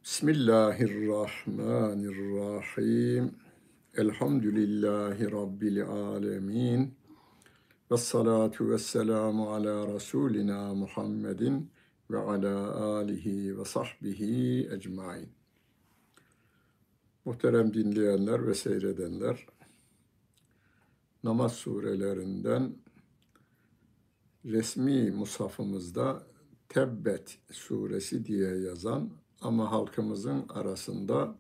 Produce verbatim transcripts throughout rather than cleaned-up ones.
Bismillahirrahmanirrahim. Elhamdülillahi Rabbil alemin. Vessalatu vesselamu ala Resulina Muhammedin ve ala alihi ve sahbihi ecmain. Muhterem dinleyenler ve seyredenler, namaz surelerinden resmi mushafımızda Tebbet suresi diye yazan ama halkımızın arasında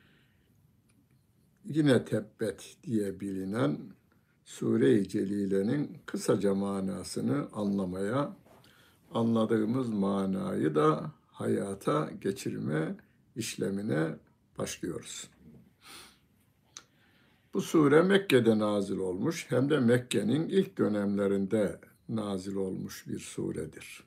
yine Tebbet diye bilinen Sure-i Celile'nin kısaca manasını anlamaya, anladığımız manayı da hayata geçirme işlemine başlıyoruz. Bu sure Mekke'de nazil olmuş, hem de Mekke'nin ilk dönemlerinde nazil olmuş bir suredir.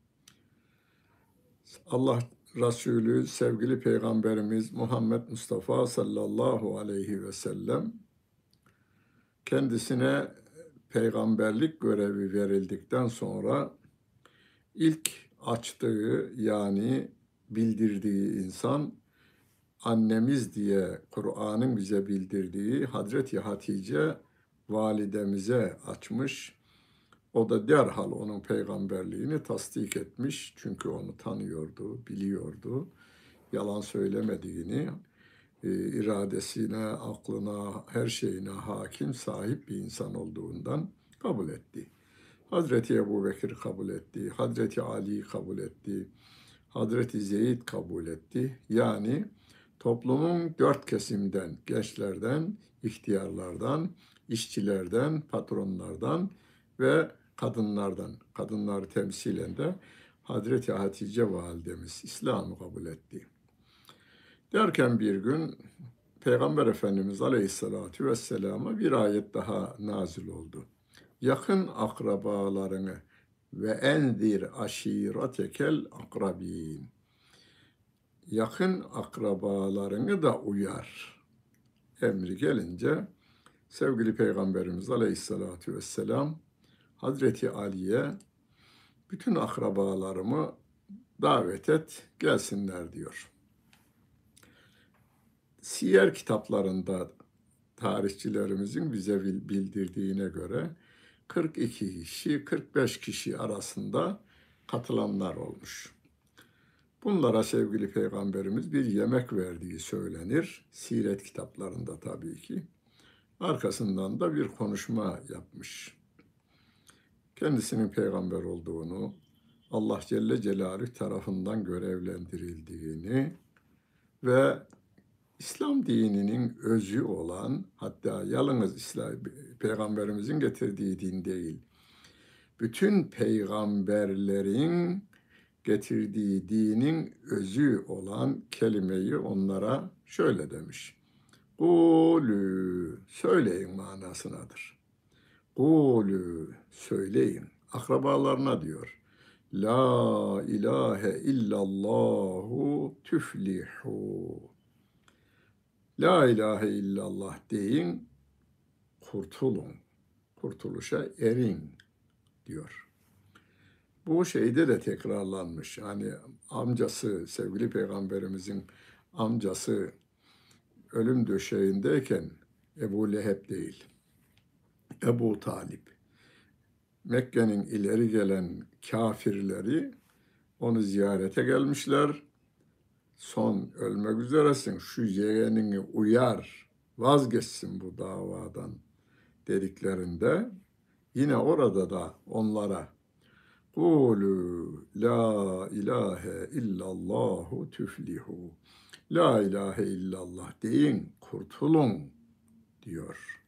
Allah Resulü, sevgili Peygamberimiz Muhammed Mustafa sallallahu aleyhi ve sellem kendisine peygamberlik görevi verildikten sonra ilk açtığı, yani bildirdiği insan, annemiz diye Kur'an'ın bize bildirdiği Hazreti Hatice validemize açmış. O da derhal onun peygamberliğini tasdik etmiş. Çünkü onu tanıyordu, biliyordu. Yalan söylemediğini, iradesine, aklına, her şeyine hakim, sahip bir insan olduğundan kabul etti. Hazreti Ebubekir kabul etti, Hazreti Ali kabul etti, Hazreti Zeyd kabul etti. Yani toplumun dört kesimden, gençlerden, ihtiyarlardan, işçilerden, patronlardan ve kadınlardan, kadınları temsilen de Hazreti Hatice validemiz İslam'ı kabul etti. Derken bir gün Peygamber Efendimiz Aleyhisselatü Vesselam'a bir ayet daha nazil oldu. Yakın akrabalarını ve enzir aşiretekel akrabin. Yakın akrabalarını da uyar. Emri gelince sevgili Peygamberimiz Aleyhisselatü Vesselam Hazreti Ali'ye bütün akrabalarımı davet et, gelsinler diyor. Siyer kitaplarında tarihçilerimizin bize bildirdiğine göre kırk iki kişi, kırk beş kişi arasında katılanlar olmuş. Bunlara sevgili Peygamberimiz bir yemek verdiği söylenir. Siret kitaplarında tabii ki. Arkasından da bir konuşma yapmış. Kendisinin peygamber olduğunu, Allah Celle Celaluhu tarafından görevlendirildiğini ve İslam dininin özü olan, hatta yalnız İslam, Peygamberimizin getirdiği din değil, bütün peygamberlerin getirdiği dinin özü olan kelimeyi onlara şöyle demiş. Kulü, söyleyin manasınadır. Kulü, söyleyin, akrabalarına diyor. La ilahe illallahu tüflihu. La ilahe illallah deyin, kurtulun, kurtuluşa erin diyor. Bu şeyde de tekrarlanmış. Hani amcası, sevgili Peygamberimizin amcası ölüm döşeğindeyken Ebu Leheb değil, Ebu Talip. Mekke'nin ileri gelen kafirleri onu ziyarete gelmişler. Son ölmek üzeresin, şu yeğenini uyar, vazgeçsin bu davadan dediklerinde yine orada da onlara Kulü la ilahe illallahu tüflihu. La ilahe illallah deyin, kurtulun diyor.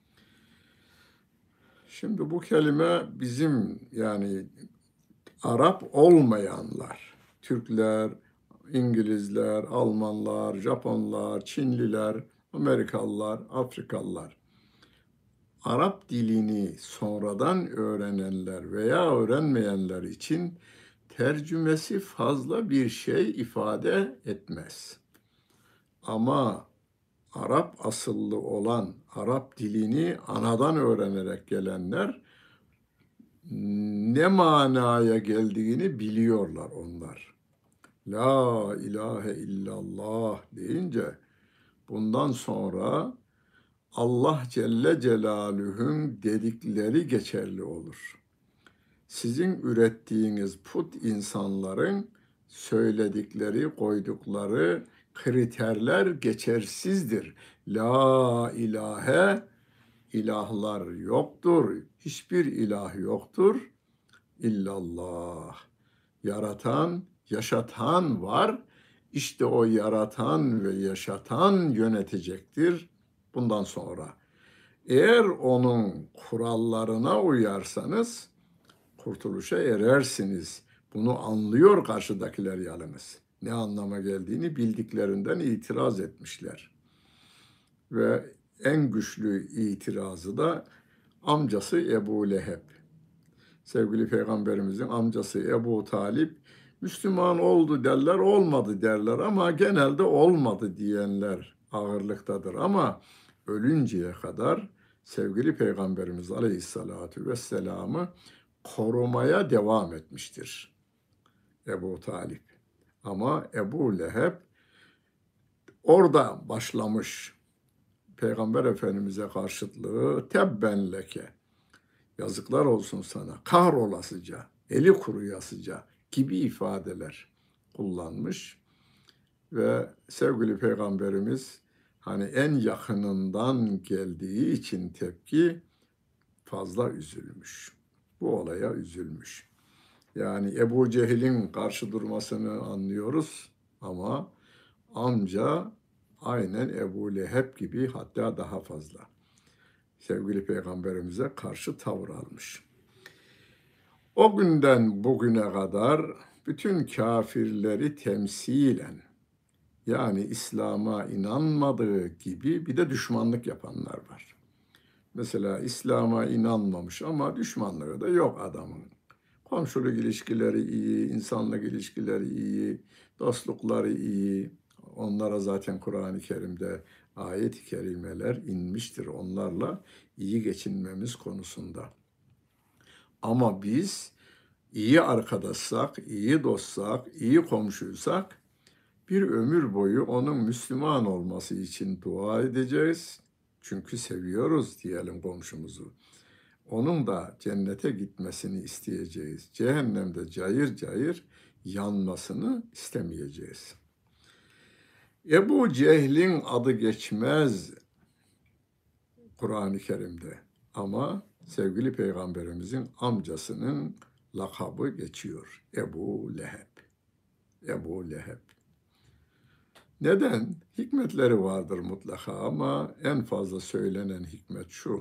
Şimdi bu kelime bizim, yani Arap olmayanlar, Türkler, İngilizler, Almanlar, Japonlar, Çinliler, Amerikalılar, Afrikalılar, Arap dilini sonradan öğrenenler veya öğrenmeyenler için tercümesi fazla bir şey ifade etmez. Ama Arap asıllı olan, Arap dilini anadan öğrenerek gelenler ne manaya geldiğini biliyorlar onlar. La ilahe illallah deyince bundan sonra Allah Celle Celaluhu'nun dedikleri geçerli olur. Sizin ürettiğiniz put insanların söyledikleri, koydukları kriterler geçersizdir. La ilahe, ilahlar yoktur. Hiçbir ilah yoktur. İllallah. Yaratan, yaşatan var. İşte o yaratan ve yaşatan yönetecektir bundan sonra. Eğer onun kurallarına uyarsanız kurtuluşa erersiniz. Bunu anlıyor karşıdakiler yalnız. Ne anlama geldiğini bildiklerinden itiraz etmişler. Ve en güçlü itirazı da amcası Ebu Leheb. Sevgili Peygamberimizin amcası Ebu Talip, Müslüman oldu derler, olmadı derler ama genelde olmadı diyenler ağırlıktadır. Ama ölünceye kadar sevgili Peygamberimiz Aleyhisselatü Vesselam'ı korumaya devam etmiştir Ebu Talip. Ama Ebu Leheb orada başlamış Peygamber Efendimiz'e karşıtlığı, tebben leke, yazıklar olsun sana, kahrolasıca, eli kuruyasıca gibi ifadeler kullanmış. Ve sevgili Peygamberimiz hani en yakınından geldiği için tepki fazla üzülmüş. Bu olaya üzülmüş. Yani Ebu Cehil'in karşı durmasını anlıyoruz ama amca aynen Ebu Leheb gibi, hatta daha fazla sevgili Peygamberimize karşı tavır almış. O günden bugüne kadar bütün kafirleri temsilen, yani İslam'a inanmadığı gibi bir de düşmanlık yapanlar var. Mesela İslam'a inanmamış ama düşmanlığı da yok adamın. Komşuluk ilişkileri iyi, insanlık ilişkileri iyi, dostlukları iyi. Onlara zaten Kur'an-ı Kerim'de ayet-i kerimeler inmiştir onlarla iyi geçinmemiz konusunda. Ama biz iyi arkadaşsak, iyi dostsak, iyi komşuysak bir ömür boyu onun Müslüman olması için dua edeceğiz. Çünkü seviyoruz diyelim komşumuzu. Onun da cennete gitmesini isteyeceğiz. Cehennemde cayır cayır yanmasını istemeyeceğiz. Ebu Cehil'in adı geçmez Kur'an-ı Kerim'de ama sevgili Peygamberimizin amcasının lakabı geçiyor. Ebu Leheb. Ebu Leheb. Neden? Hikmetleri vardır mutlaka ama en fazla söylenen hikmet şu: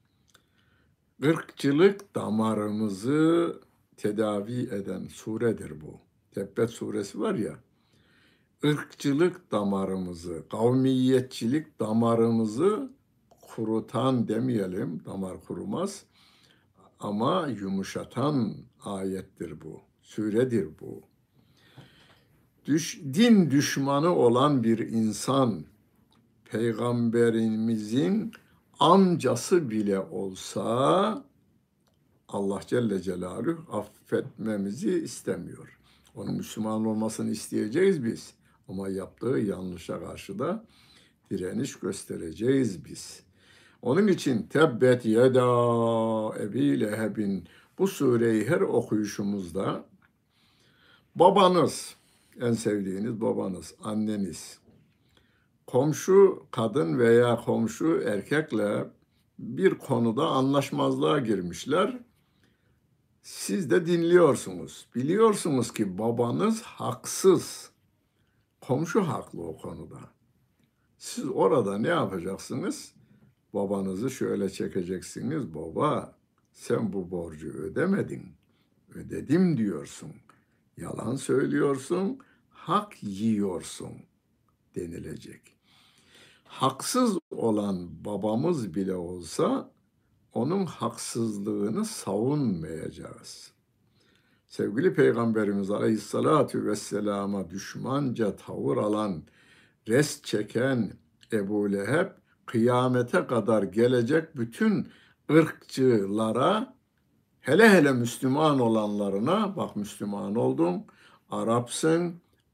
ırkçılık damarımızı tedavi eden suredir bu. Tebbet suresi var ya, ırkçılık damarımızı, kavmiyetçilik damarımızı kurutan demeyelim, damar kurumaz ama yumuşatan ayettir bu, suredir bu. Düş, din düşmanı olan bir insan, Peygamberimizin amcası bile olsa Allah Celle Celaluhu affetmemizi istemiyor. Onun Müslüman olmasını isteyeceğiz biz. Ama yaptığı yanlışa karşı da direniş göstereceğiz biz. Onun için tebbet yeda Ebi Leheb'in bu sureyi her okuyuşumuzda babanız, en sevdiğiniz babanız, anneniz, komşu kadın veya komşu erkekle bir konuda anlaşmazlığa girmişler. Siz de dinliyorsunuz. Biliyorsunuz ki babanız haksız. Komşu haklı o konuda. Siz orada ne yapacaksınız? Babanızı şöyle çekeceksiniz. Baba, sen bu borcu ödemedin. Ödedim diyorsun. Yalan söylüyorsun. Hak yiyorsun denilecek. Haksız olan babamız bile olsa onun haksızlığını savunmayacağız. Sevgili Peygamberimiz Aleyhisselatü Vesselam'a düşmanca tavır alan, rest çeken Ebu Leheb, kıyamete kadar gelecek bütün ırkçılara, hele hele Müslüman olanlarına, bak Müslüman oldun, Arapsın,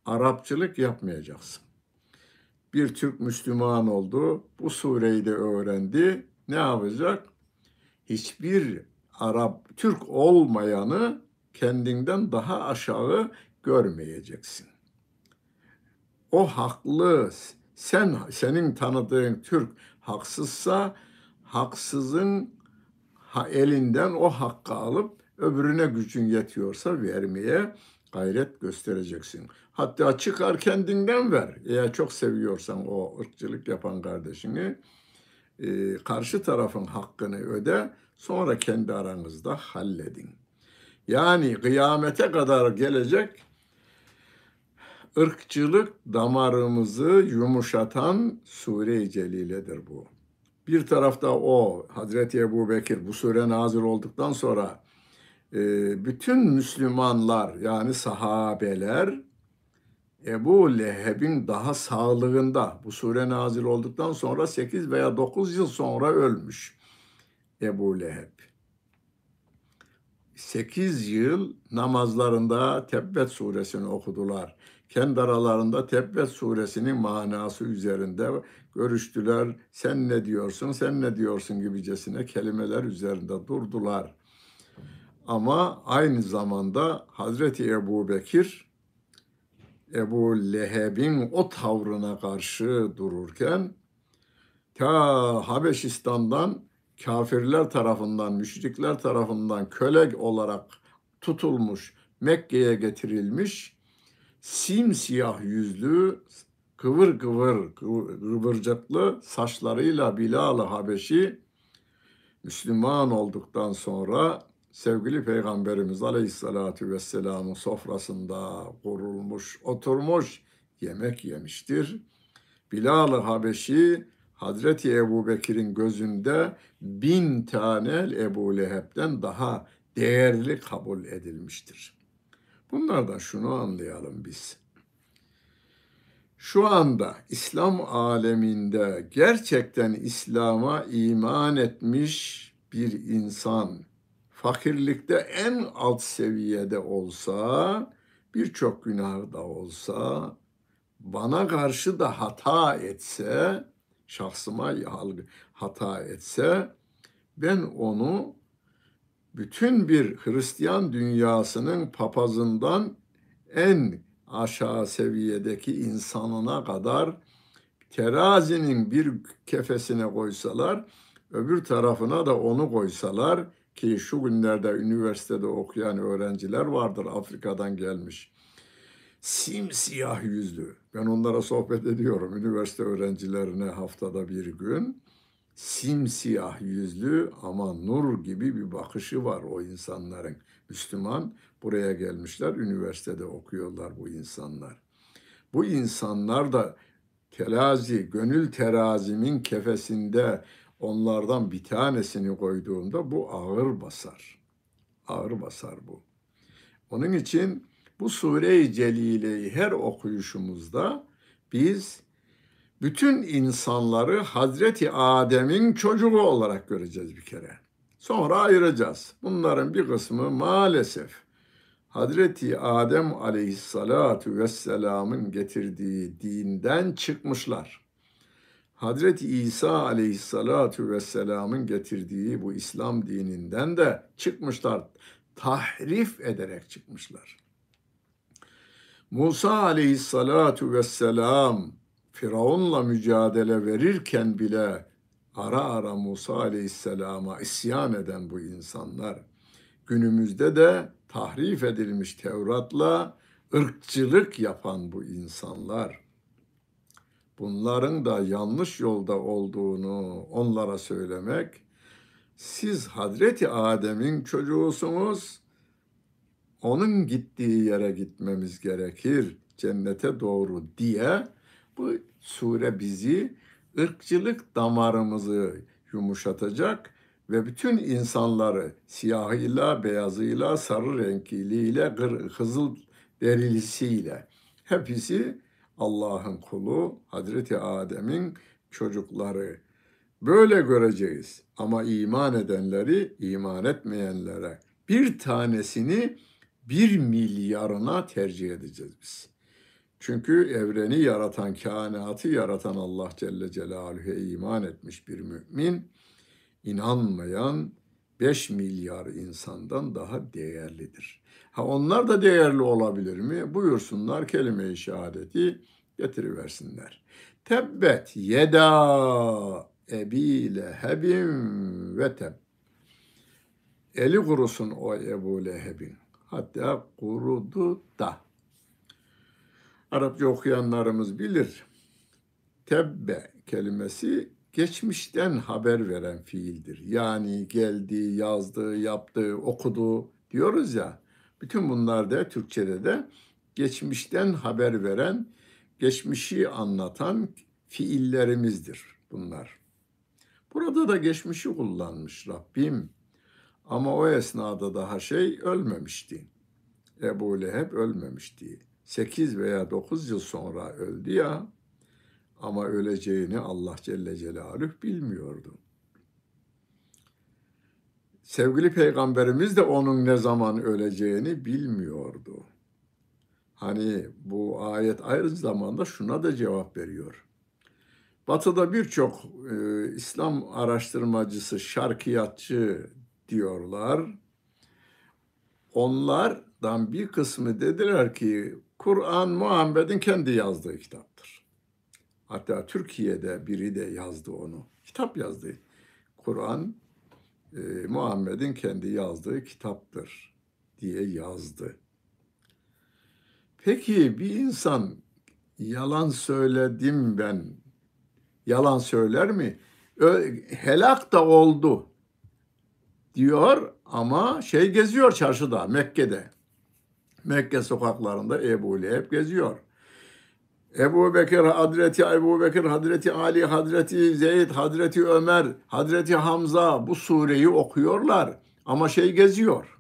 Arapçılık yapmayacaksın. Bir Türk Müslüman oldu, bu sureyi de öğrendi. Ne yapacak? Hiçbir Arap, Türk olmayanı kendinden daha aşağı görmeyeceksin. O haklı. Sen senin tanıdığın Türk haksızsa haksızın elinden o hakkı alıp öbürüne gücün yetiyorsa vermeye gayret göstereceksin. Hatta çıkar kendinden ver. Eğer çok seviyorsan o ırkçılık yapan kardeşini, e, karşı tarafın hakkını öde, sonra kendi aranızda halledin. Yani kıyamete kadar gelecek ırkçılık damarımızı yumuşatan Sure-i Celile'dir bu. Bir tarafta o Hazreti Ebubekir bu sure nazil olduktan sonra e, bütün Müslümanlar yani sahabeler Ebu Leheb'in daha sağlığında, bu sure nazil olduktan sonra sekiz veya dokuz yıl sonra ölmüş Ebu Leheb. sekiz yıl namazlarında Tebbet suresini okudular. Kendi aralarında Tebbet suresinin manası üzerinde görüştüler. Sen ne diyorsun, sen ne diyorsun gibicesine kelimeler üzerinde durdular. Ama aynı zamanda Hazreti Ebubekir, Ebu Leheb'in o tavrına karşı dururken ta Habeşistan'dan kafirler tarafından, müşrikler tarafından köle olarak tutulmuş, Mekke'ye getirilmiş, simsiyah yüzlü, kıvır kıvır, kıvırcıklı saçlarıyla Bilal-ı Habeşi Müslüman olduktan sonra sevgili Peygamberimiz Aleyhisselatü Vesselam'ın sofrasında kurulmuş, oturmuş, yemek yemiştir. Bilal-ı Habeşi Hazreti Ebubekir'in gözünde bin tane Ebu Leheb'den daha değerli kabul edilmiştir. Bunlardan şunu anlayalım biz. Şu anda İslam aleminde gerçekten İslam'a iman etmiş bir insan, fakirlikte en alt seviyede olsa, birçok günah da olsa, bana karşı da hata etse, şahsıma hata etse, ben onu bütün bir Hristiyan dünyasının papazından en aşağı seviyedeki insanına kadar terazinin bir kefesine koysalar, öbür tarafına da onu koysalar, ki şu günlerde üniversitede okuyan öğrenciler vardır Afrika'dan gelmiş. Simsiyah yüzlü. Ben onlara sohbet ediyorum. Üniversite öğrencilerine haftada bir gün. Simsiyah yüzlü ama nur gibi bir bakışı var o insanların. Müslüman buraya gelmişler, üniversitede okuyorlar bu insanlar. Bu insanlar da terazi, gönül terazimin kefesinde onlardan bir tanesini koyduğumda bu ağır basar. Ağır basar bu. Onun için bu Sure-i Celile'yi her okuyuşumuzda biz bütün insanları Hazreti Adem'in çocuğu olarak göreceğiz bir kere. Sonra ayıracağız. Bunların bir kısmı maalesef Hazreti Adem aleyhissalatu vesselamın getirdiği dinden çıkmışlar. Hazreti İsa aleyhissalatu vesselamın getirdiği bu İslam dininden de çıkmışlar. Tahrif ederek çıkmışlar. Musa aleyhissalatu vesselam Firavun'la mücadele verirken bile ara ara Musa aleyhisselama isyan eden bu insanlar, günümüzde de tahrif edilmiş Tevrat'la ırkçılık yapan bu insanlar, bunların da yanlış yolda olduğunu onlara söylemek, siz Hazreti Adem'in çocuğusunuz, onun gittiği yere gitmemiz gerekir, cennete doğru diye bu sure bizi ırkçılık damarımızı yumuşatacak ve bütün insanları siyahıyla, beyazıyla, sarı renkliyle, kızıl derilisiyle hepsi Allah'ın kulu, Hazreti Adem'in çocukları. Böyle göreceğiz ama iman edenleri iman etmeyenlere bir tanesini bir milyarına tercih edeceğiz biz. Çünkü evreni yaratan, kainatı yaratan Allah Celle Celaluhu'ya iman etmiş bir mümin, inanmayan beş milyar insandan daha değerlidir. Ha onlar da değerli olabilir mi? Buyursunlar kelime-i şehadeti getiriversinler. Tebbet yeda ebi lehebin ve teb. Eli kurusun o Ebu Leheb'in. Hatta kurudu da. Arapça okuyanlarımız bilir. Tebbe kelimesi geçmişten haber veren fiildir. Yani geldi, yazdı, yaptı, okudu diyoruz ya. Bütün bunlar da Türkçe'de de geçmişten haber veren, geçmişi anlatan fiillerimizdir bunlar. Burada da geçmişi kullanmış Rabbim. Ama o esnada daha şey ölmemişti. Ebu Leheb ölmemişti. Sekiz veya dokuz yıl sonra öldü ya. Ama öleceğini Allah Celle Celaluhu bilmiyordu. Sevgili Peygamberimiz de onun ne zaman öleceğini bilmiyordu. Hani bu ayet aynı zamanda şuna da cevap veriyor. Batı'da birçok e, İslam araştırmacısı, şarkiyatçı diyorlar. Onlardan bir kısmı dediler ki Kur'an Muhammed'in kendi yazdığı kitaptır. Hatta Türkiye'de biri de yazdı onu. Kitap yazdı. Kur'an e, Muhammed'in kendi yazdığı kitaptır diye yazdı. Peki bir insan yalan söyledim ben, yalan söyler mi? Ö, helak da oldu diyor ama şey geziyor çarşıda, Mekke'de. Mekke sokaklarında Ebu Leheb geziyor. Ebu Bekir, Hazreti Ebu Bekir, Hazreti Ali, Hazreti Zeyd, Hazreti Ömer, Hazreti Hamza bu sureyi okuyorlar. Ama şey geziyor.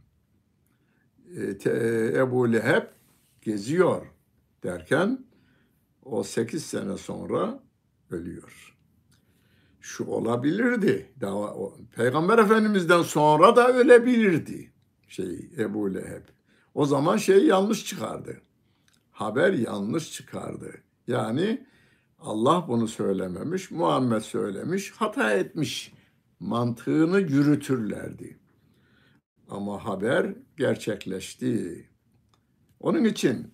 E, te, Ebu Leheb geziyor derken o sekiz sene sonra ölüyor. Şu olabilirdi. Daha, o, Peygamber Efendimiz'den sonra da ölebilirdi şey Ebu Leheb. O zaman şey yanlış çıkardı. Haber yanlış çıkardı. Yani Allah bunu söylememiş, Muhammed söylemiş, hata etmiş mantığını yürütürlerdi. Ama haber gerçekleşti. Onun için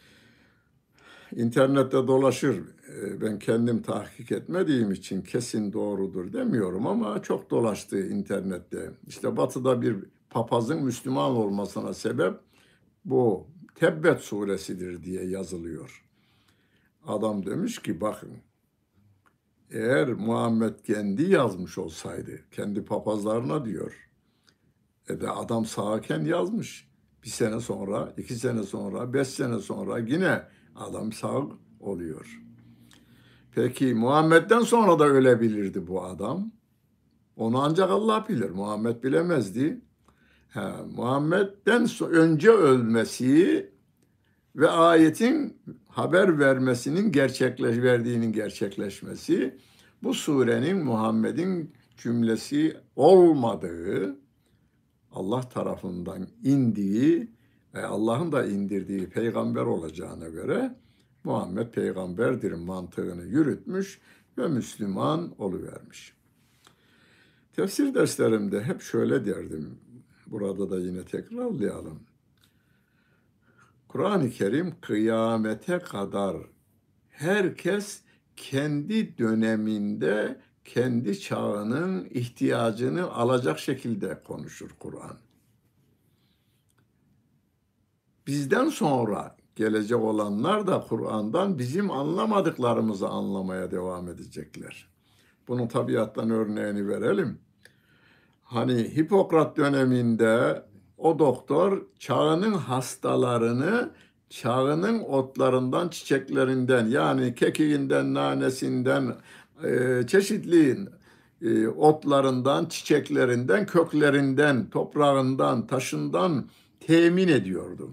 internette dolaşır. Ben kendim tahkik etmediğim için kesin doğrudur demiyorum ama çok dolaştı internette. İşte Batı'da bir papazın Müslüman olmasına sebep bu Tebbet suresidir diye yazılıyor. Adam demiş ki bakın eğer Muhammed kendi yazmış olsaydı, kendi papazlarına diyor, e de adam sağken yazmış. Bir sene sonra, iki sene sonra, beş sene sonra yine adam sağ oluyor. Peki Muhammed'den sonra da ölebilirdi bu adam. Onu ancak Allah bilir. Muhammed bilemezdi. Ha, Muhammed'den önce ölmesi ve ayetin haber vermesinin gerçekleş verdiğinin gerçekleşmesi bu surenin Muhammed'in cümlesi olmadığı Allah tarafından indiği ve Allah'ın da indirdiği peygamber olacağına göre Muhammed peygamberdir mantığını yürütmüş ve Müslüman oluvermiş. Tefsir derslerimde hep şöyle derdim. Burada da yine tekrarlayalım. Kur'an-ı Kerim kıyamete kadar herkes kendi döneminde kendi çağının ihtiyacını alacak şekilde konuşur Kur'an. Bizden sonra gelecek olanlar da Kur'an'dan bizim anlamadıklarımızı anlamaya devam edecekler. Bunun tabiattan örneğini verelim. Hani Hipokrat döneminde o doktor çağının hastalarını çağının otlarından, çiçeklerinden yani kekiğinden, nanesinden, e, çeşitli e, otlarından, çiçeklerinden, köklerinden, toprağından, taşından temin ediyordu.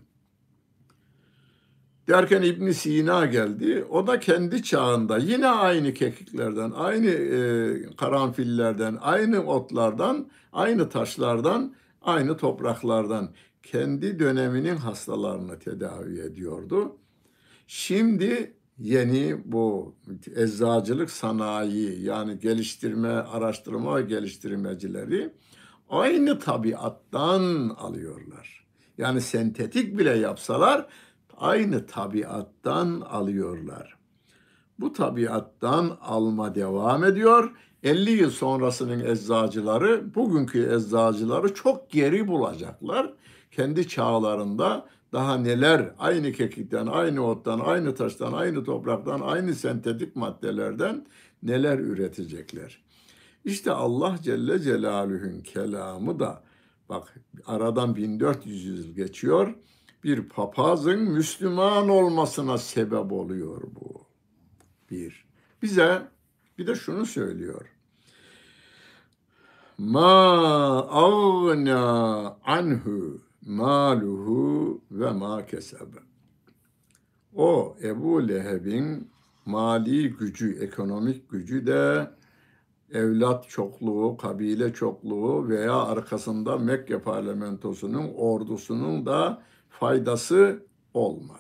Derken İbn Sina geldi. O da kendi çağında yine aynı kekiklerden, aynı e, karanfillerden, aynı otlardan, aynı taşlardan, aynı topraklardan kendi döneminin hastalarını tedavi ediyordu. Şimdi yeni bu eczacılık sanayi, yani geliştirme, araştırma ve geliştirmecileri aynı tabiattan alıyorlar. Yani sentetik bile yapsalar aynı tabiattan alıyorlar. Bu tabiattan alma devam ediyor. elli yıl sonrasının eczacıları, bugünkü eczacıları çok geri bulacaklar. Kendi çağlarında daha neler, aynı kekikten, aynı ottan, aynı taştan, aynı topraktan, aynı sentetik maddelerden neler üretecekler. İşte Allah Celle Celaluhu'nun kelamı da, bak, aradan bin dört yüz yıl geçiyor, bir papazın Müslüman olmasına sebep oluyor bu. Bir. Bize bir de şunu söylüyor. Ma ağna anhu maluhu ve ma kesebe. O Ebu Leheb'in mali gücü, ekonomik gücü de evlat çokluğu, kabile çokluğu veya arkasında Mekke parlamentosunun, ordusunun da faydası olmadı.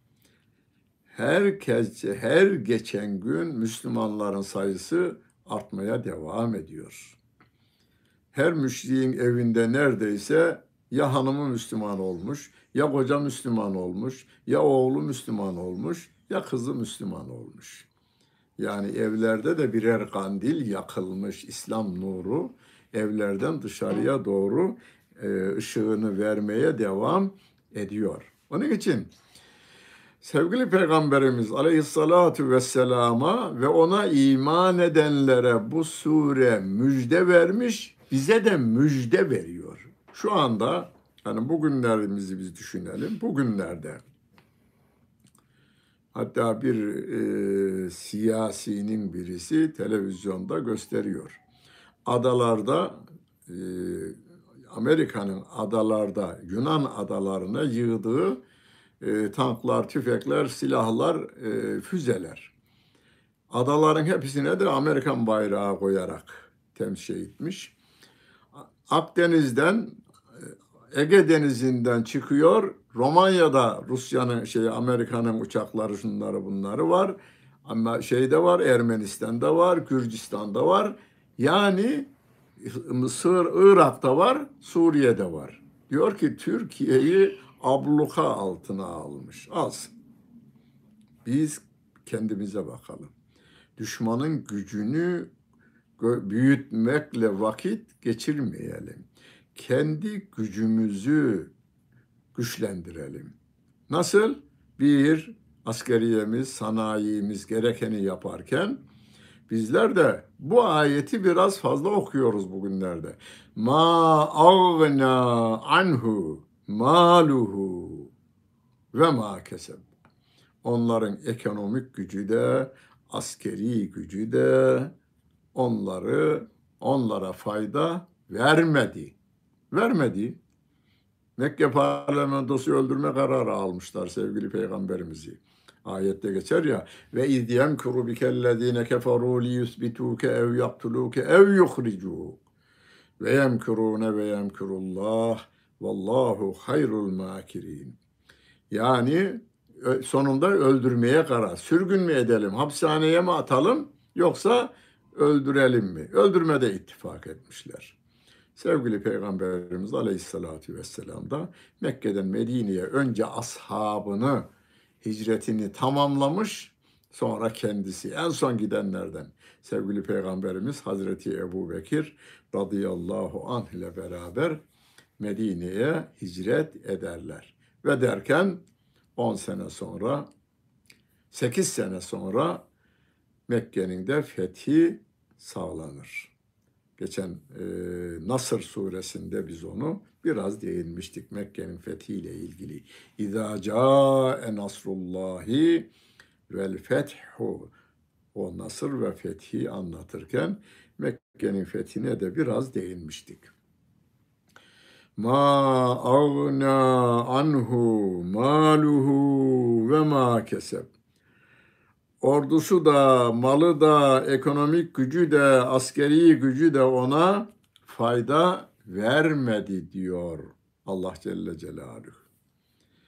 Herkes, her geçen gün Müslümanların sayısı artmaya devam ediyor. Her müşriğin evinde neredeyse ya hanımı Müslüman olmuş, ya koca Müslüman olmuş, ya oğlu Müslüman olmuş, ya kızı Müslüman olmuş. Yani evlerde de birer kandil yakılmış, İslam nuru evlerden dışarıya doğru e, ışığını vermeye devam ediyor. Onun için sevgili Peygamberimiz Aleyhissalatu vesselama ve ona iman edenlere bu sure müjde vermiş, bize de müjde veriyor. Şu anda, yani bugünlerimizi biz düşünelim, bugünlerde hatta bir e, siyasinin birisi televizyonda gösteriyor. Adalarda, e, Amerika'nın adalarda, Yunan adalarına yığdığı e, tanklar, tüfekler, silahlar, e, füzeler. Adaların hepsine de Amerikan bayrağı koyarak temsil etmiş. Akdeniz'den, Ege Denizi'nden çıkıyor. Romanya'da Rusya'nın, şey, Amerika'nın uçakları, şunları bunları var. Ama şeyde var, Ermenistan'da var, Gürcistan'da var. Yani Mısır, Irak'ta var, Suriye'de var. Diyor ki Türkiye'yi abluka altına almış. Alsın. Biz kendimize bakalım. Düşmanın gücünü büyütmekle vakit geçirmeyelim. Kendi gücümüzü güçlendirelim. Nasıl? Bir, askeriyemiz, sanayimiz gerekeni yaparken bizler de bu ayeti biraz fazla okuyoruz bugünlerde. Ma ağna anhu maluhu ve ma keseb. Onların ekonomik gücü de, askeri gücü de onları onlara fayda vermedi. Vermedi. Mekke parlamentosu öldürme kararı almışlar sevgili peygamberimizi. Ayette geçer ya, ve iz yemkuru bikellezine keferu li yusbituke ev yaktuluke ev yuhricuk ve yemkurune ve yemkurullah vallahu hayrul makirin. Yani sonunda öldürmeye karar. Sürgün mü edelim, hapishaneye mi atalım, yoksa öldürelim mi? Öldürmede ittifak etmişler. Sevgili Peygamberimiz Aleyhisselatü Vesselam da Mekke'den Medine'ye önce ashabını, hicretini tamamlamış, sonra kendisi en son gidenlerden sevgili Peygamberimiz Hazreti Ebu Bekir radıyallahu anh ile beraber Medine'ye hicret ederler. Ve derken on sene sonra, sekiz sene sonra Mekke'nin de fethi sağlanır. Geçen e, Nasr suresinde biz onu biraz değinmiştik. Mekke'nin fethiyle ilgili. İzâ câe nasrullâhi vel fethu. O Nasr ve fethi anlatırken Mekke'nin fethine de biraz değinmiştik. Ma ağna anhu maluhu ve ma keseb. Ordusu da, malı da, ekonomik gücü de, askeri gücü de ona fayda vermedi diyor Allah Celle Celaluhu.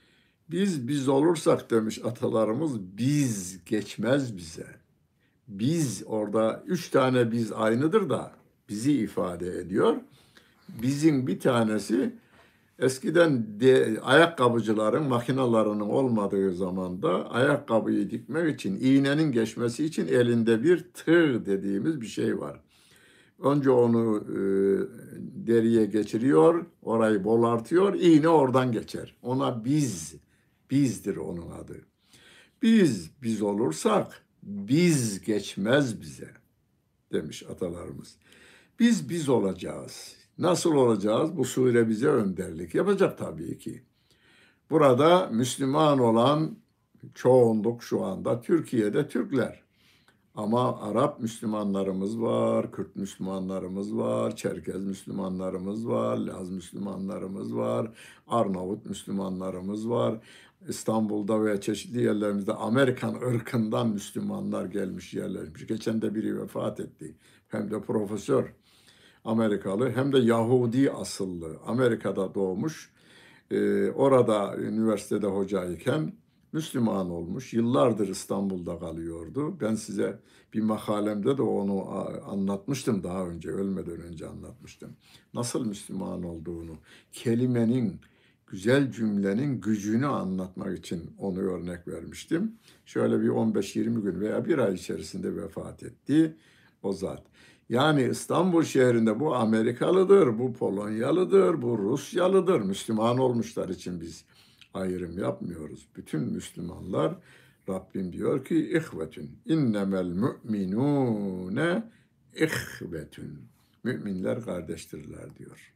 Biz biz olursak demiş atalarımız, biz geçmez bize. Biz orada üç tane biz aynıdır da bizi ifade ediyor. Bizim bir tanesi eskiden de, ayakkabıcıların makinalarının olmadığı zamanda ayakkabıyı dikmek için iğnenin geçmesi için elinde bir tığ dediğimiz bir şey var. Önce onu e, deriye geçiriyor, orayı bolartıyor, iğne oradan geçer. Ona biz, bizdir onun adı. Biz, biz olursak biz geçmez bize demiş atalarımız. Biz biz olacağız. Nasıl olacağız? Bu sure bize önderlik yapacak tabii ki. Burada Müslüman olan çoğunluk şu anda Türkiye'de Türkler. Ama Arap Müslümanlarımız var, Kürt Müslümanlarımız var, Çerkez Müslümanlarımız var, Laz Müslümanlarımız var, Arnavut Müslümanlarımız var. İstanbul'da ve çeşitli yerlerimizde Amerikan ırkından Müslümanlar gelmiş, yerleşmiş. Geçen de biri vefat etti. Hem de profesör Amerikalı hem de Yahudi asıllı. Amerika'da doğmuş. Ee, orada üniversitede hocayken Müslüman olmuş. Yıllardır İstanbul'da kalıyordu. Ben size bir makalemde de onu anlatmıştım daha önce, ölmeden önce anlatmıştım. Nasıl Müslüman olduğunu, kelimenin, güzel cümlenin gücünü anlatmak için onu örnek vermiştim. Şöyle bir on beş yirmi gün veya bir ay içerisinde vefat etti o zat. Yani İstanbul şehrinde bu Amerikalıdır, bu Polonyalıdır, bu Rusyalıdır. Müslüman olmuşlar için biz ayrım yapmıyoruz. Bütün Müslümanlar, Rabbim diyor ki ihvetün innemel müminune ihvetün. Müminler kardeştirler diyor.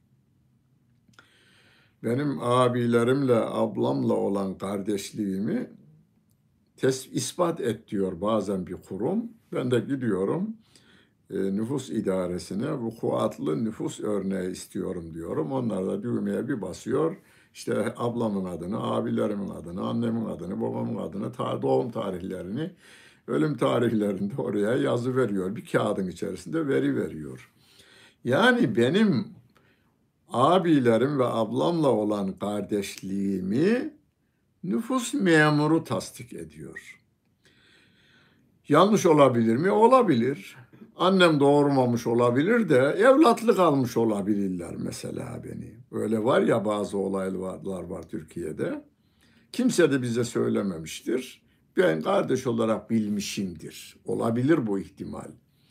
Benim abilerimle, ablamla olan kardeşliğimi tes ispat et diyor bazen bir kurum. Ben de gidiyorum e, nüfus idaresine vukuatlı nüfus örneği istiyorum diyorum. Onlar da düğmeye bir basıyor. İşte ablamın adını, abilerimin adını, annemin adını, babamın adını, ta doğum tarihlerini, ölüm tarihlerini de oraya yazı veriyor. Bir kağıdın içerisinde veri veriyor. Yani benim abilerim ve ablamla olan kardeşliğimi nüfus memuru tasdik ediyor. Yanlış olabilir mi? Olabilir. Annem doğurmamış olabilir de evlatlık almış olabilirler mesela beni. Öyle var ya bazı olaylar var Türkiye'de. Kimse de bize söylememiştir. Ben kardeş olarak bilmişimdir. Olabilir bu ihtimal.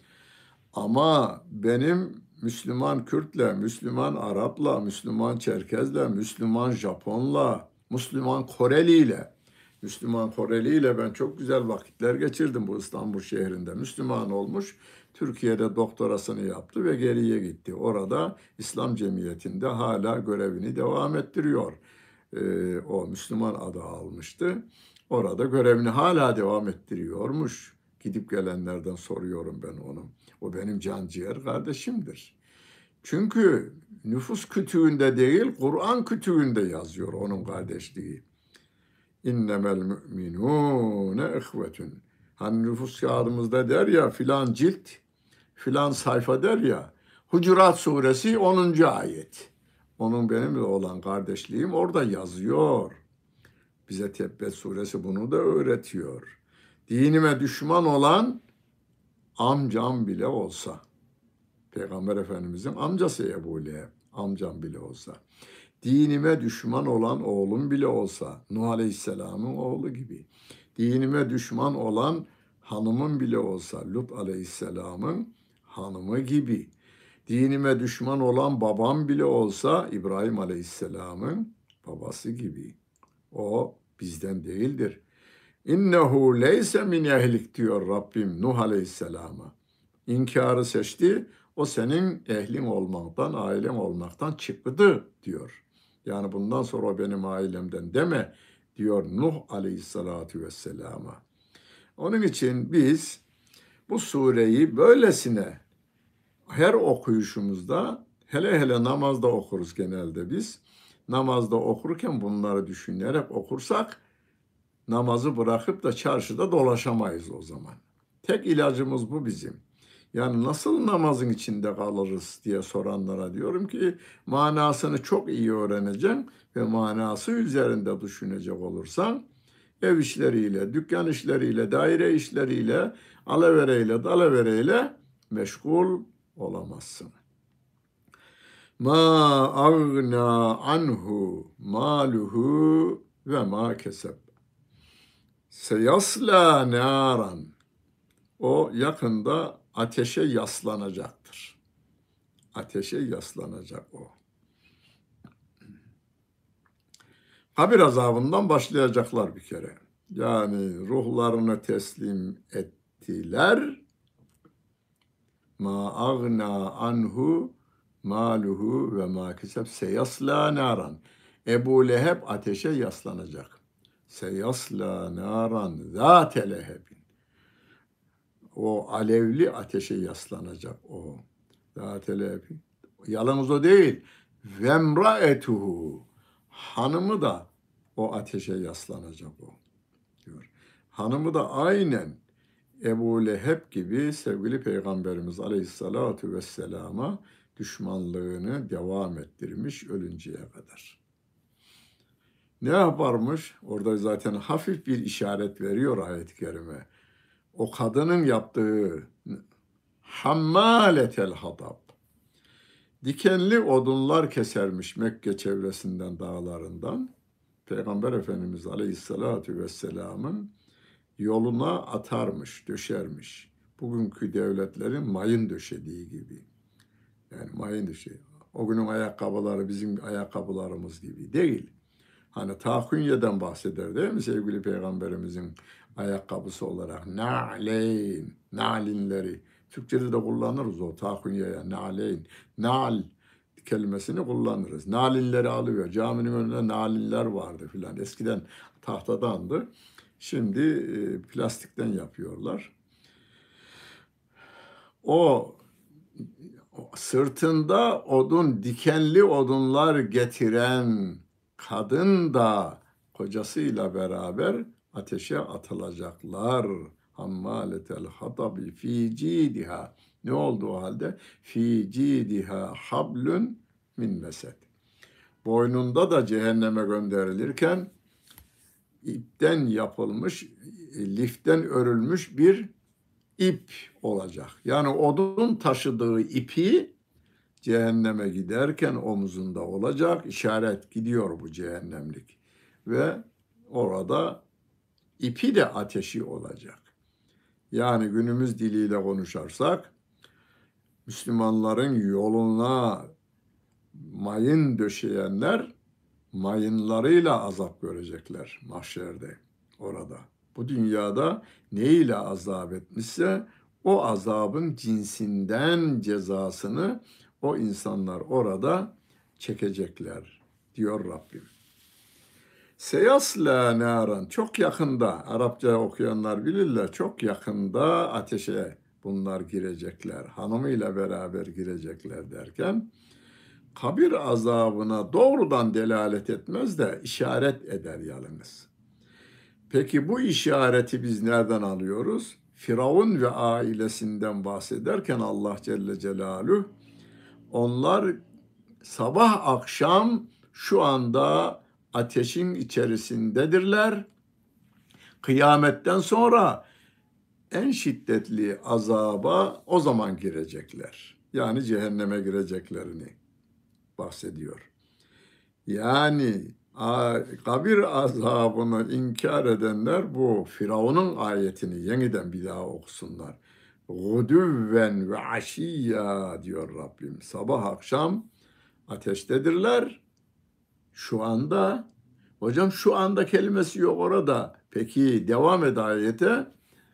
Ama benim Müslüman Kürt'le, Müslüman Arap'la, Müslüman Çerkez'le, Müslüman Japon'la, Müslüman Koreli'yle, Müslüman Koreli'yle ben çok güzel vakitler geçirdim bu İstanbul şehrinde. Müslüman olmuş, Türkiye'de doktorasını yaptı ve geriye gitti. Orada İslam Cemiyeti'nde hala görevini devam ettiriyor. Ee, o Müslüman adı almıştı. Orada görevini hala devam ettiriyormuş. Gidip gelenlerden soruyorum ben onu. O benim canciğer kardeşimdir. Çünkü nüfus kütüğünde değil, Kur'an kütüğünde yazıyor onun kardeşliği. İnnemel müminûne ihvetün. Hani nüfus kağıdımızda der ya filan cilt, filan sayfa der ya. Hucurat suresi onuncu ayet. Onun benimle olan kardeşliğim orada yazıyor. Bize Tebbet suresi bunu da öğretiyor. Dinime düşman olan amcam bile olsa, Peygamber Efendimizin amcası Ebu Leheb, amcam bile olsa, dinime düşman olan oğlum bile olsa, Nuh Aleyhisselam'ın oğlu gibi, dinime düşman olan hanımım bile olsa, Lut Aleyhisselam'ın hanımı gibi, dinime düşman olan babam bile olsa, İbrahim Aleyhisselam'ın babası gibi. O bizden değildir. İnnehu leyse min ehlik diyor Rabbim Nuh Aleyhisselam'a. İnkarı seçti, o senin ehlin olmaktan, ailen olmaktan çıktı diyor. Yani bundan sonra o benim ailemden deme diyor Nuh Aleyhisselatü Vesselam'a. Onun için biz bu sureyi böylesine her okuyuşumuzda, hele hele namazda okuruz genelde biz. Namazda okurken bunları düşünerek okursak, namazı bırakıp da çarşıda dolaşamayız o zaman. Tek ilacımız bu bizim. Yani nasıl namazın içinde kalırız diye soranlara diyorum ki manasını çok iyi öğreneceksin ve manası üzerinde düşünecek olursan ev işleriyle, dükkan işleriyle, daire işleriyle, alavereyle, dalavereyle meşgul olamazsın. Ma agna anhu maluhu ve ma keseb. Seyasla naran. O yakında ateşe yaslanacaktır. Ateşe yaslanacak o. Kabir azabından başlayacaklar bir kere. Yani ruhlarını teslim ettiler. Ma agna anhu maluhu ve ma keseb seyasla naran. Ebu Leheb ateşe yaslanacak. Seyasla naran zâte lehebin. O alevli ateşe yaslanacak o. Zâte lehebin. Yalnız o değil. Vemraetuhu. Hanımı da o ateşe yaslanacak o. Diyor. Hanımı da aynen Ebu Leheb gibi sevgili Peygamberimiz Aleyhisselatü Vesselam'a düşmanlığını devam ettirmiş ölünceye kadar. Ne yaparmış? Orada zaten hafif bir işaret veriyor ayet-i kerime. O kadının yaptığı hammaletel hatab. Dikenli odunlar kesermiş Mekke çevresinden, dağlarından. Peygamber Efendimiz Aleyhisselatü Vesselam'ın yoluna atarmış, döşermiş. Bugünkü devletlerin mayın döşediği gibi. Yani mayın döşeği. O günün ayakkabıları bizim ayakkabılarımız gibi değil. Hani takunyeden bahseder değil mi sevgili Peygamberimizin ayakkabısı olarak? Na'leyn, nalinleri. Türkçede de kullanırız o takunyeye, na'leyn. Na'l kelimesini kullanırız. Nalinleri alıyor. Caminin önünde nalinler vardı filan. Eskiden tahtadandı. Şimdi e, plastikten yapıyorlar. O sırtında odun, dikenli odunlar getiren kadın da kocasıyla beraber ateşe atılacaklar. Hammaletel hatabi fi cidiha. Ne oldu o halde? Fi cidiha hablun min mesed. Boynunda da cehenneme gönderilirken ipten yapılmış, liften örülmüş bir ip olacak. Yani odun taşıdığı ipi cehenneme giderken omuzunda olacak. İşaret, gidiyor bu cehennemlik. Ve orada ipi de ateşi olacak. Yani günümüz diliyle konuşarsak Müslümanların yoluna mayın döşeyenler mayınlarıyla azap görecekler mahşerde orada. Bu dünyada ne ile azap etmişse o azabın cinsinden cezasını o insanlar orada çekecekler diyor Rabbim. Seyasla naran, çok yakında, Arapça okuyanlar bilirler, çok yakında ateşe bunlar girecekler, hanımıyla beraber girecekler derken kabir azabına doğrudan delalet etmez de işaret eder yalnız. Peki bu işareti biz nereden alıyoruz? Firavun ve ailesinden bahsederken Allah Celle Celaluhu onlar sabah akşam şu anda ateşin içerisindedirler. Kıyametten sonra en şiddetli azaba o zaman girecekler. Yani cehenneme gireceklerini bahsediyor. Yani kabir azabını inkar edenler bu Firavun'un ayetini yeniden bir daha okusunlar. Gudüvven ve aşiyya diyor Rabbim. Sabah akşam ateştedirler. Şu anda, hocam şu anda kelimesi yok orada. Peki devam et ayete.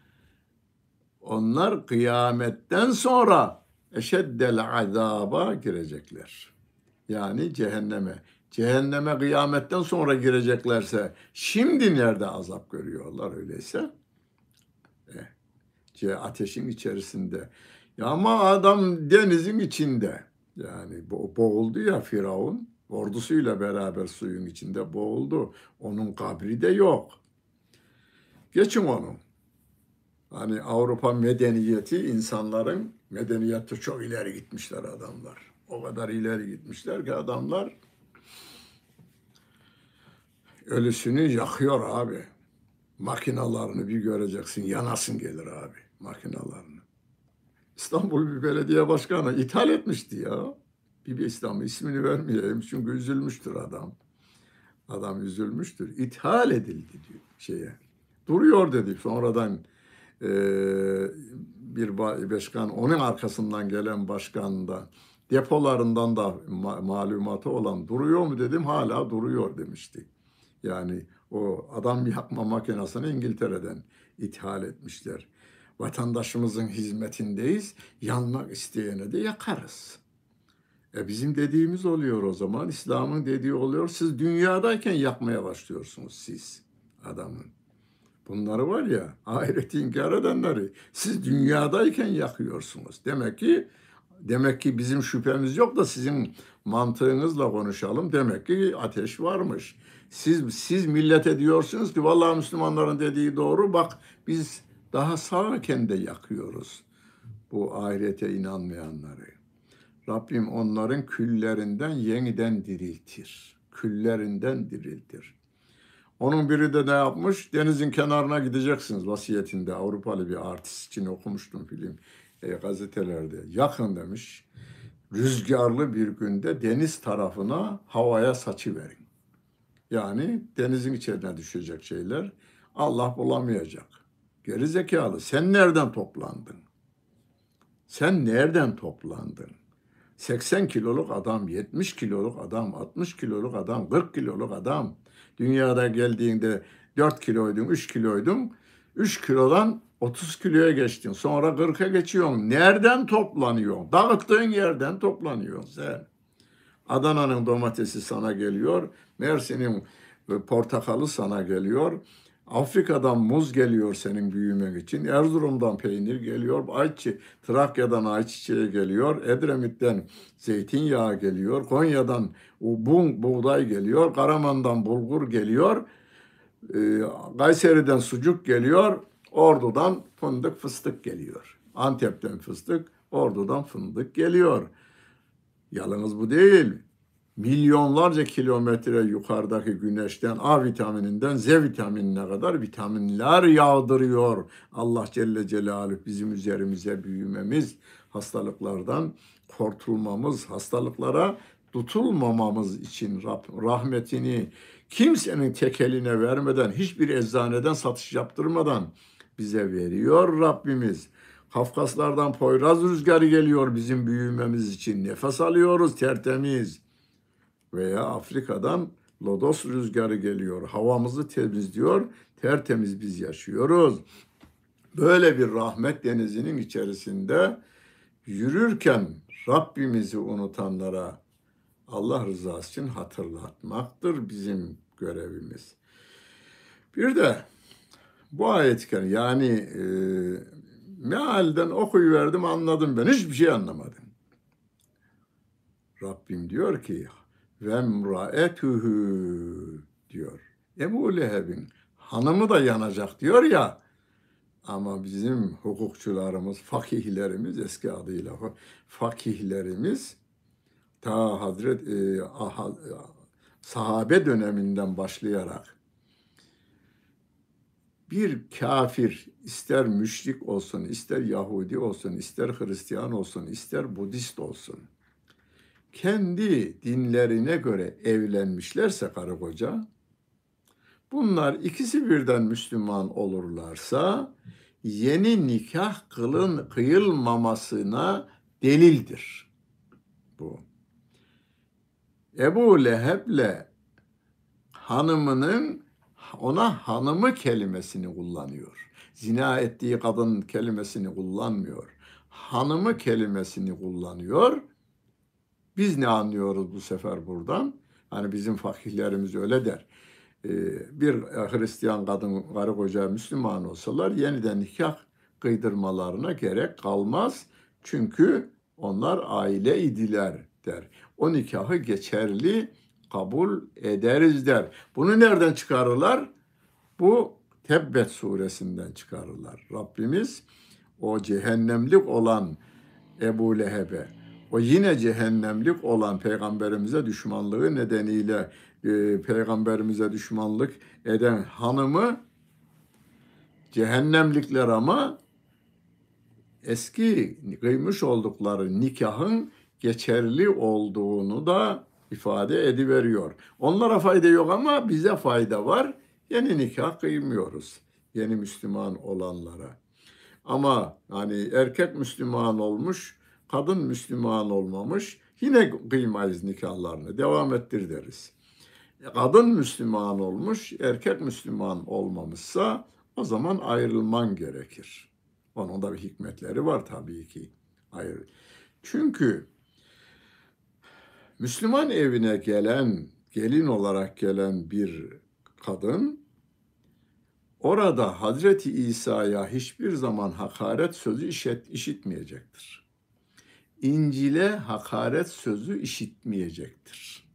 Onlar kıyametten sonra eşeddel azaba girecekler. Yani cehenneme. Cehenneme kıyametten sonra gireceklerse şimdi nerede azap görüyorlar öyleyse? E, ateşin içerisinde. Ya ama adam denizin içinde. Yani bo- boğuldu ya Firavun. Ordusuyla beraber suyun içinde boğuldu. Onun kabri de yok. Geçin onu. Hani Avrupa medeniyeti, insanların medeniyette çok ileri gitmişler adamlar. O kadar ileri gitmişler ki adamlar ölüsünü yakıyor abi. Makinalarını bir göreceksin, yanasın gelir abi makinalarını. İstanbul bir belediye başkanı ithal etmişti ya. Bir İslam ismini vermeyeyim çünkü üzülmüştür adam. Adam üzülmüştür. İthal edildi diyor şeye. Duruyor dedi. Sonradan e, bir başkan, onun arkasından gelen başkan da depolarından da ma- malumatı olan duruyor mu dedim. Hala duruyor demişti. Yani o adam yakma makinesini İngiltere'den ithal etmişler. Vatandaşımızın hizmetindeyiz. Yanmak isteyene de yakarız. E bizim dediğimiz oluyor o zaman. İslam'ın dediği oluyor. Siz dünyadayken yakmaya başlıyorsunuz siz adamın. Bunları var ya, ahireti inkar edenleri siz dünyadayken yakıyorsunuz. Demek ki demek ki bizim şüphemiz yok da sizin mantığınızla konuşalım. Demek ki ateş varmış. Siz siz millete diyorsunuz ki vallahi Müslümanların dediği doğru. Bak biz daha sağken de yakıyoruz bu ahirete inanmayanları. Rabbim onların küllerinden yeniden diriltir. Küllerinden diriltir. Onun biri de ne yapmış? Denizin kenarına gideceksiniz vasiyetinde. Avrupalı bir artist için okumuştum film e, gazetelerde. Yakın demiş. Rüzgarlı bir günde deniz tarafına havaya saçıverin. Yani denizin içine düşecek şeyler Allah bulamayacak. Geri zekalı. Sen nereden toplandın? Sen nereden toplandın? seksen kiloluk adam, yetmiş kiloluk adam, altmış kiloluk adam, kırk kiloluk adam. Dünyada geldiğinde dört kiloydun, üç kiloydun. üç kilodan otuz kiloya geçtin. Sonra kırka geçiyorsun. Nereden toplanıyorsun? Dağıttığın yerden toplanıyorsun sen. Adana'nın domatesi sana geliyor. Mersin'in portakalı sana geliyor. Afrika'dan muz geliyor senin büyümen için. Erzurum'dan peynir geliyor. Ayçi, Trakya'dan ayçiçeği geliyor. Edremit'ten zeytinyağı geliyor. Konya'dan bun, buğday geliyor. Karaman'dan bulgur geliyor. Ee, Kayseri'den sucuk geliyor. Ordu'dan fındık fıstık geliyor. Antep'ten fıstık, Ordu'dan fındık geliyor. Yalnız bu değil. Milyonlarca kilometre yukarıdaki güneşten A vitamininden Z vitaminine kadar vitaminler yağdırıyor. Allah Celle Celaluhu bizim üzerimize büyümemiz, hastalıklardan kurtulmamız, hastalıklara tutulmamamız için rahmetini kimsenin tekeline vermeden, hiçbir eczaneden satış yaptırmadan bize veriyor Rabbimiz. Kafkaslardan Poyraz rüzgarı geliyor bizim büyümemiz için. Nefes alıyoruz tertemiz. Veya Afrika'dan lodos rüzgarı geliyor. Havamızı temizliyor. Tertemiz biz yaşıyoruz. Böyle bir rahmet denizinin içerisinde yürürken Rabbimizi unutanlara Allah rızası için hatırlatmaktır bizim görevimiz. Bir de bu ayet-i kerime yani e, mealden okuyuverdim anladım ben. Hiçbir şey anlamadım. Rabbim diyor ki ve emraetuhu diyor. Ebu Leheb'in hanımı da yanacak diyor ya. Ama bizim hukukçularımız, fakihlerimiz eski adıyla fakihlerimiz ta Hazret e, aha, sahabe döneminden başlayarak bir kafir ister müşrik olsun, ister Yahudi olsun, ister Hristiyan olsun, ister Budist olsun, kendi dinlerine göre evlenmişlerse karı koca, bunlar ikisi birden Müslüman olurlarsa yeni nikah kılın kıyılmamasına delildir bu. Ebu Leheb'le hanımının ona hanımı kelimesini kullanıyor. Zina ettiği kadın kelimesini kullanmıyor. Hanımı kelimesini kullanıyor. Biz ne anlıyoruz bu sefer buradan? Hani bizim fakihlerimiz öyle der. Bir Hristiyan kadın, karı koca Müslüman olsalar yeniden nikah kıydırmalarına gerek kalmaz. Çünkü onlar aile idiler der. O nikahı geçerli kabul ederiz der. Bunu nereden çıkarırlar? Bu Tebbet suresinden çıkarırlar. Rabbimiz o cehennemlik olan Ebu Leheb'e, o yine cehennemlik olan peygamberimize düşmanlığı nedeniyle e, peygamberimize düşmanlık eden hanımı cehennemlikler ama eski kıymış oldukları nikahın geçerli olduğunu da ifade ediveriyor. Onlara fayda yok ama bize fayda var. Yeni nikah kıymıyoruz. Yeni Müslüman olanlara. Ama hani erkek Müslüman olmuş, kadın Müslüman olmamış, yine kıymayız nikahlarını, devam ettir deriz. Kadın Müslüman olmuş, erkek Müslüman olmamışsa o zaman ayrılman gerekir. Onun da bir hikmetleri var tabii ki. Hayır. Çünkü Müslüman evine gelen, gelin olarak gelen bir kadın orada Hazreti İsa'ya hiçbir zaman hakaret sözü işit, işitmeyecektir. İncil'e hakaret sözü işitmeyecektir.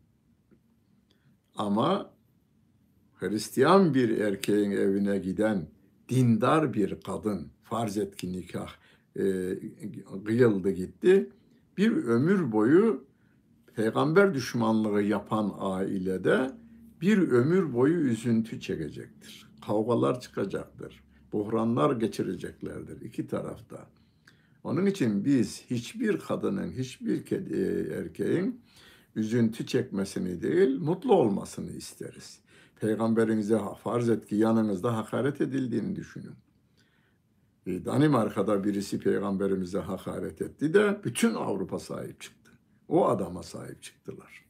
Ama Hristiyan bir erkeğin evine giden dindar bir kadın, farz et ki nikah e, kıyıldı gitti, bir ömür boyu peygamber düşmanlığı yapan ailede bir ömür boyu üzüntü çekecektir. Kavgalar çıkacaktır. Buhranlar geçireceklerdir iki tarafta. Onun için biz hiçbir kadının, hiçbir erkeğin üzüntü çekmesini değil, mutlu olmasını isteriz. Peygamberinize farz et ki yanınızda hakaret edildiğini düşünün. Danimarka'da birisi peygamberimize hakaret etti de bütün Avrupa sahip çıktı. O adama sahip çıktılar.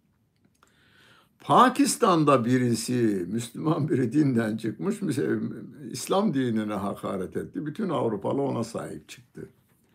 Pakistan'da birisi, Müslüman biri dinden çıkmış, İslam dinine hakaret etti. Bütün Avrupalı ona sahip çıktı.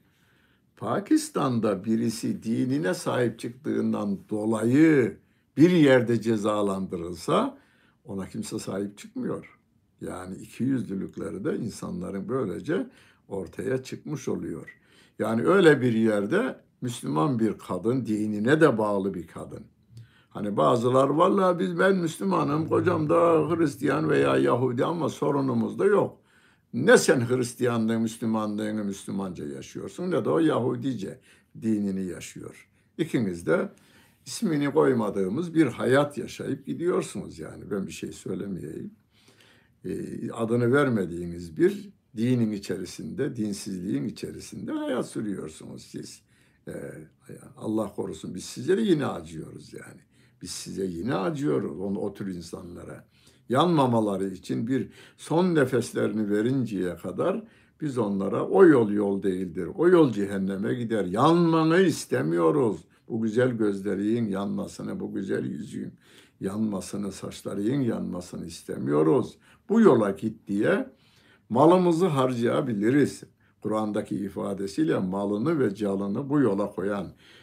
Pakistan'da birisi dinine sahip çıktığından dolayı bir yerde cezalandırılsa ona kimse sahip çıkmıyor. Yani ikiyüzlülükleri de insanların böylece ortaya çıkmış oluyor. Yani öyle bir yerde Müslüman bir kadın, dinine de bağlı bir kadın. Hani bazılar vallahi biz ben Müslümanım, kocam da Hristiyan veya Yahudi ama sorunumuz da yok. Ne sen Hristiyanlığı, Müslümanlığını Müslümanca yaşıyorsun ne de o Yahudice dinini yaşıyor. İkiniz de ismini koymadığımız bir hayat yaşayıp gidiyorsunuz yani. Ben bir şey söylemeyeyim. E, adını vermediğiniz bir dinin içerisinde, dinsizliğin içerisinde hayat sürüyorsunuz siz. E, Allah korusun biz size de yine acıyoruz yani. Biz size yine acıyoruz onu, o tür insanlara. Yanmamaları için bir son nefeslerini verinceye kadar biz onlara o yol yol değildir. O yol cehenneme gider. Yanmanı istemiyoruz. Bu güzel gözlerin yanmasını, bu güzel yüzün yanmasını, saçların yanmasını istemiyoruz. Bu yola git diye malımızı harcayabiliriz. Kur'an'daki ifadesiyle malını ve canını bu yola koyan,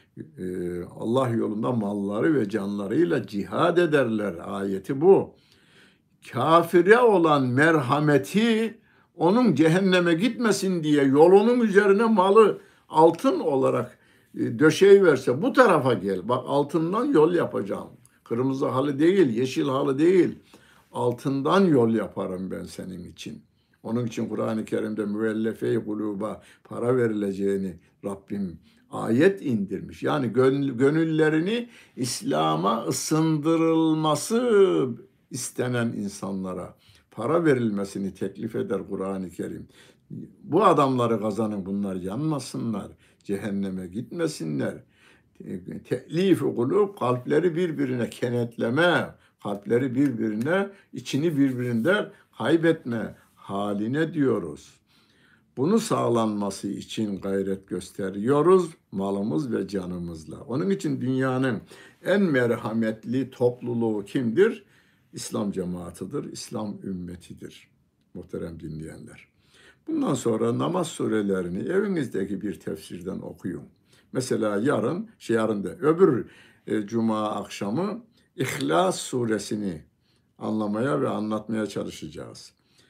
Allah yolunda malları ve canlarıyla cihad ederler. Ayeti bu. Kafire olan merhameti onun cehenneme gitmesin diye yolunun üzerine malı altın olarak döşeyiverse bu tarafa gel. Bak altından yol yapacağım. Kırmızı halı değil, yeşil halı değil. Altından yol yaparım ben senin için. Onun için Kur'an-ı Kerim'de müellefe-i kuluba para verileceğini Rabbim ayet indirmiş. Yani gönüllerini İslam'a ısındırılması istenen insanlara para verilmesini teklif eder Kur'an-ı Kerim. Bu adamları kazanın, bunlar yanmasınlar, cehenneme gitmesinler. Te'lif-i kulub, kalpleri birbirine kenetleme, kalpleri birbirine, içini birbirinden kaybetme haline diyoruz. Bunu sağlanması için gayret gösteriyoruz malımız ve canımızla. Onun için dünyanın en merhametli topluluğu kimdir? İslam cemaatıdır, İslam ümmetidir. Muhterem dinleyenler. Bundan sonra namaz surelerini evinizdeki bir tefsirden okuyun. Mesela yarın, şey yarın da öbür e, cuma akşamı İhlas suresini anlamaya ve anlatmaya çalışacağız.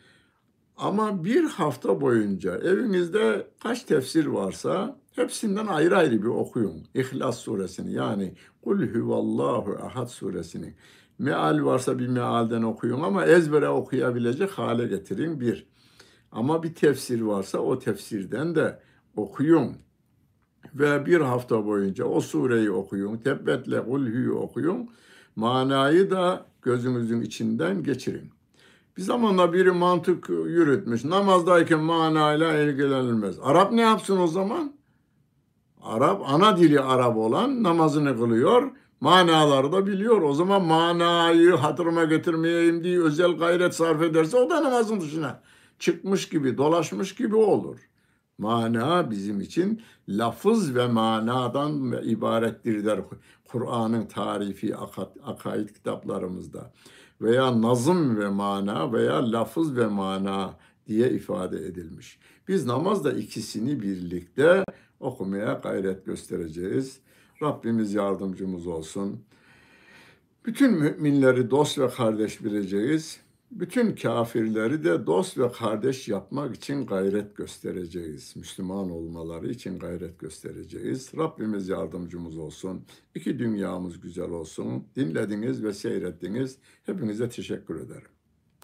Ama bir hafta boyunca evinizde kaç tefsir varsa hepsinden ayrı ayrı bir okuyun. İhlas suresini yani Kul huvallahu ahad suresini Meal varsa bir mealden okuyun ama ezbere okuyabilecek hale getirin bir. Ama bir tefsir varsa o tefsirden de okuyun. Ve bir hafta boyunca o sureyi okuyun. Tebbetle Kulhü'yü okuyun. Manayı da gözünüzün içinden geçirin. Bir zamanla biri mantık yürütmüş. Namazdayken manayla ilgilenilmez. Arap ne yapsın o zaman? Arap, ana dili Arap olan namazını kılıyor. Manaları da biliyor. O zaman manayı hatırıma getirmeyeyim diye özel gayret sarf ederse o da namazın dışına çıkmış gibi, dolaşmış gibi olur. Mana bizim için lafız ve manadan ibarettir der Kur'an'ın tarifi akaid kitaplarımızda. Veya nazım ve mana veya lafız ve mana diye ifade edilmiş. Biz namazda ikisini birlikte okumaya gayret göstereceğiz. Rabbimiz yardımcımız olsun. Bütün müminleri dost ve kardeş bileceğiz. Bütün kafirleri de dost ve kardeş yapmak için gayret göstereceğiz. Müslüman olmaları için gayret göstereceğiz. Rabbimiz yardımcımız olsun. İki dünyamız güzel olsun. Dinlediniz ve seyrettiniz. Hepinize teşekkür ederim.